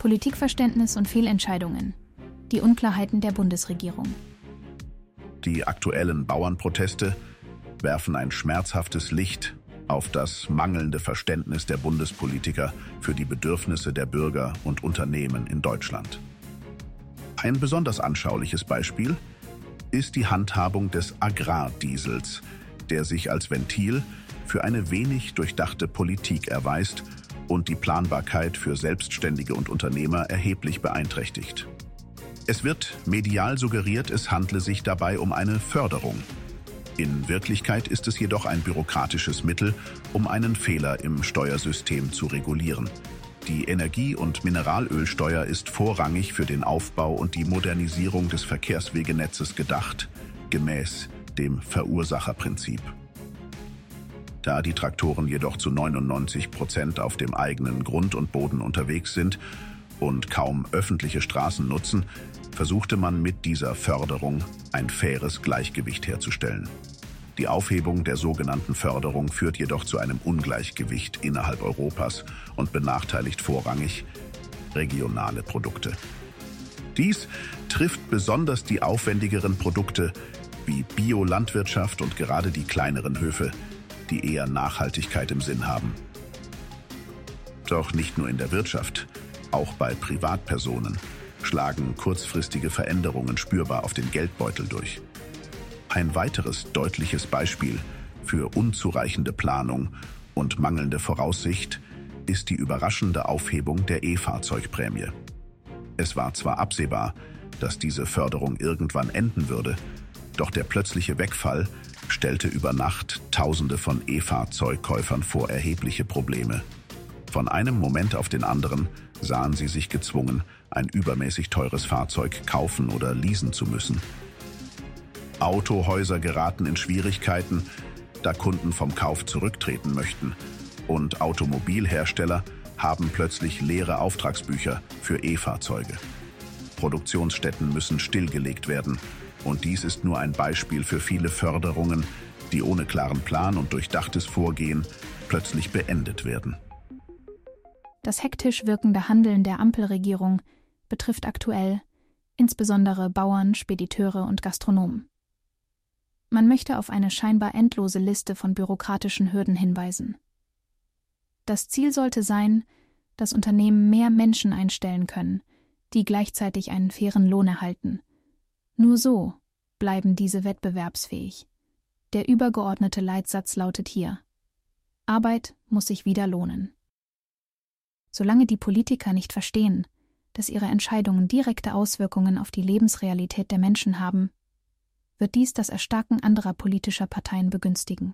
Politikverständnis und Fehlentscheidungen. Die Unklarheiten der Bundesregierung. Die aktuellen Bauernproteste werfen ein schmerzhaftes Licht auf das mangelnde Verständnis der Bundespolitiker für die Bedürfnisse der Bürger und Unternehmen in Deutschland. Ein besonders anschauliches Beispiel ist die Handhabung des Agrardiesels, der sich als Ventil für eine wenig durchdachte Politik erweist und die Planbarkeit für Selbstständige und Unternehmer erheblich beeinträchtigt. Es wird medial suggeriert, es handle sich dabei um eine Förderung. In Wirklichkeit ist es jedoch ein bürokratisches Mittel, um einen Fehler im Steuersystem zu regulieren. Die Energie- und Mineralölsteuer ist vorrangig für den Aufbau und die Modernisierung des Verkehrswegenetzes gedacht, gemäß dem Verursacherprinzip. Da die Traktoren jedoch zu 99% auf dem eigenen Grund und Boden unterwegs sind und kaum öffentliche Straßen nutzen, versuchte man mit dieser Förderung ein faires Gleichgewicht herzustellen. Die Aufhebung der sogenannten Förderung führt jedoch zu einem Ungleichgewicht innerhalb Europas und benachteiligt vorrangig regionale Produkte. Dies trifft besonders die aufwendigeren Produkte wie Biolandwirtschaft und gerade die kleineren Höfe, die eher Nachhaltigkeit im Sinn haben. Doch nicht nur in der Wirtschaft, auch bei Privatpersonen schlagen kurzfristige Veränderungen spürbar auf den Geldbeutel durch. Ein weiteres deutliches Beispiel für unzureichende Planung und mangelnde Voraussicht ist die überraschende Aufhebung der E-Fahrzeugprämie. Es war zwar absehbar, dass diese Förderung irgendwann enden würde, doch der plötzliche Wegfall stellte über Nacht Tausende von E-Fahrzeugkäufern vor erhebliche Probleme. Von einem Moment auf den anderen sahen sie sich gezwungen, ein übermäßig teures Fahrzeug kaufen oder leasen zu müssen. Autohäuser geraten in Schwierigkeiten, da Kunden vom Kauf zurücktreten möchten, und Automobilhersteller haben plötzlich leere Auftragsbücher für E-Fahrzeuge. Produktionsstätten müssen stillgelegt werden, und dies ist nur ein Beispiel für viele Förderungen, die ohne klaren Plan und durchdachtes Vorgehen plötzlich beendet werden. Das hektisch wirkende Handeln der Ampelregierung betrifft aktuell insbesondere Bauern, Spediteure und Gastronomen. Man möchte auf eine scheinbar endlose Liste von bürokratischen Hürden hinweisen. Das Ziel sollte sein, dass Unternehmen mehr Menschen einstellen können, die gleichzeitig einen fairen Lohn erhalten. Nur so bleiben diese wettbewerbsfähig. Der übergeordnete Leitsatz lautet hier: Arbeit muss sich wieder lohnen. Solange die Politiker nicht verstehen, dass ihre Entscheidungen direkte Auswirkungen auf die Lebensrealität der Menschen haben, wird dies das Erstarken anderer politischer Parteien begünstigen.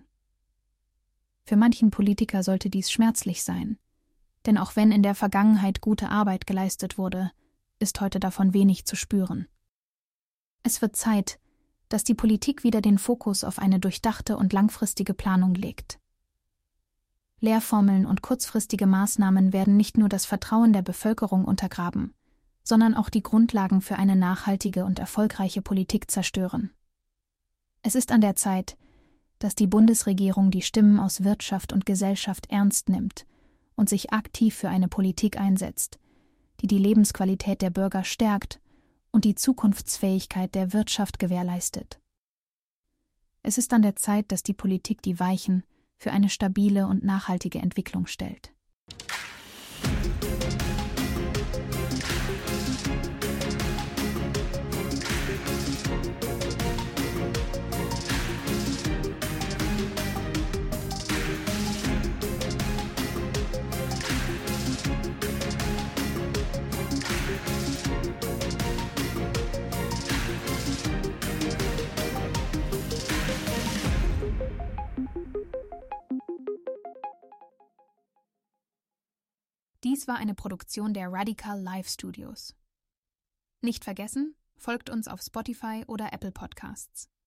Für manchen Politiker sollte dies schmerzlich sein, denn auch wenn in der Vergangenheit gute Arbeit geleistet wurde, ist heute davon wenig zu spüren. Es wird Zeit, dass die Politik wieder den Fokus auf eine durchdachte und langfristige Planung legt. Lehrformeln und kurzfristige Maßnahmen werden nicht nur das Vertrauen der Bevölkerung untergraben, sondern auch die Grundlagen für eine nachhaltige und erfolgreiche Politik zerstören. Es ist an der Zeit, dass die Bundesregierung die Stimmen aus Wirtschaft und Gesellschaft ernst nimmt und sich aktiv für eine Politik einsetzt, die die Lebensqualität der Bürger stärkt und die Zukunftsfähigkeit der Wirtschaft gewährleistet. Es ist an der Zeit, dass die Politik die Weichen für eine stabile und nachhaltige Entwicklung stellt. Dies war eine Produktion der Radical Live Studios. Nicht vergessen, folgt uns auf Spotify oder Apple Podcasts.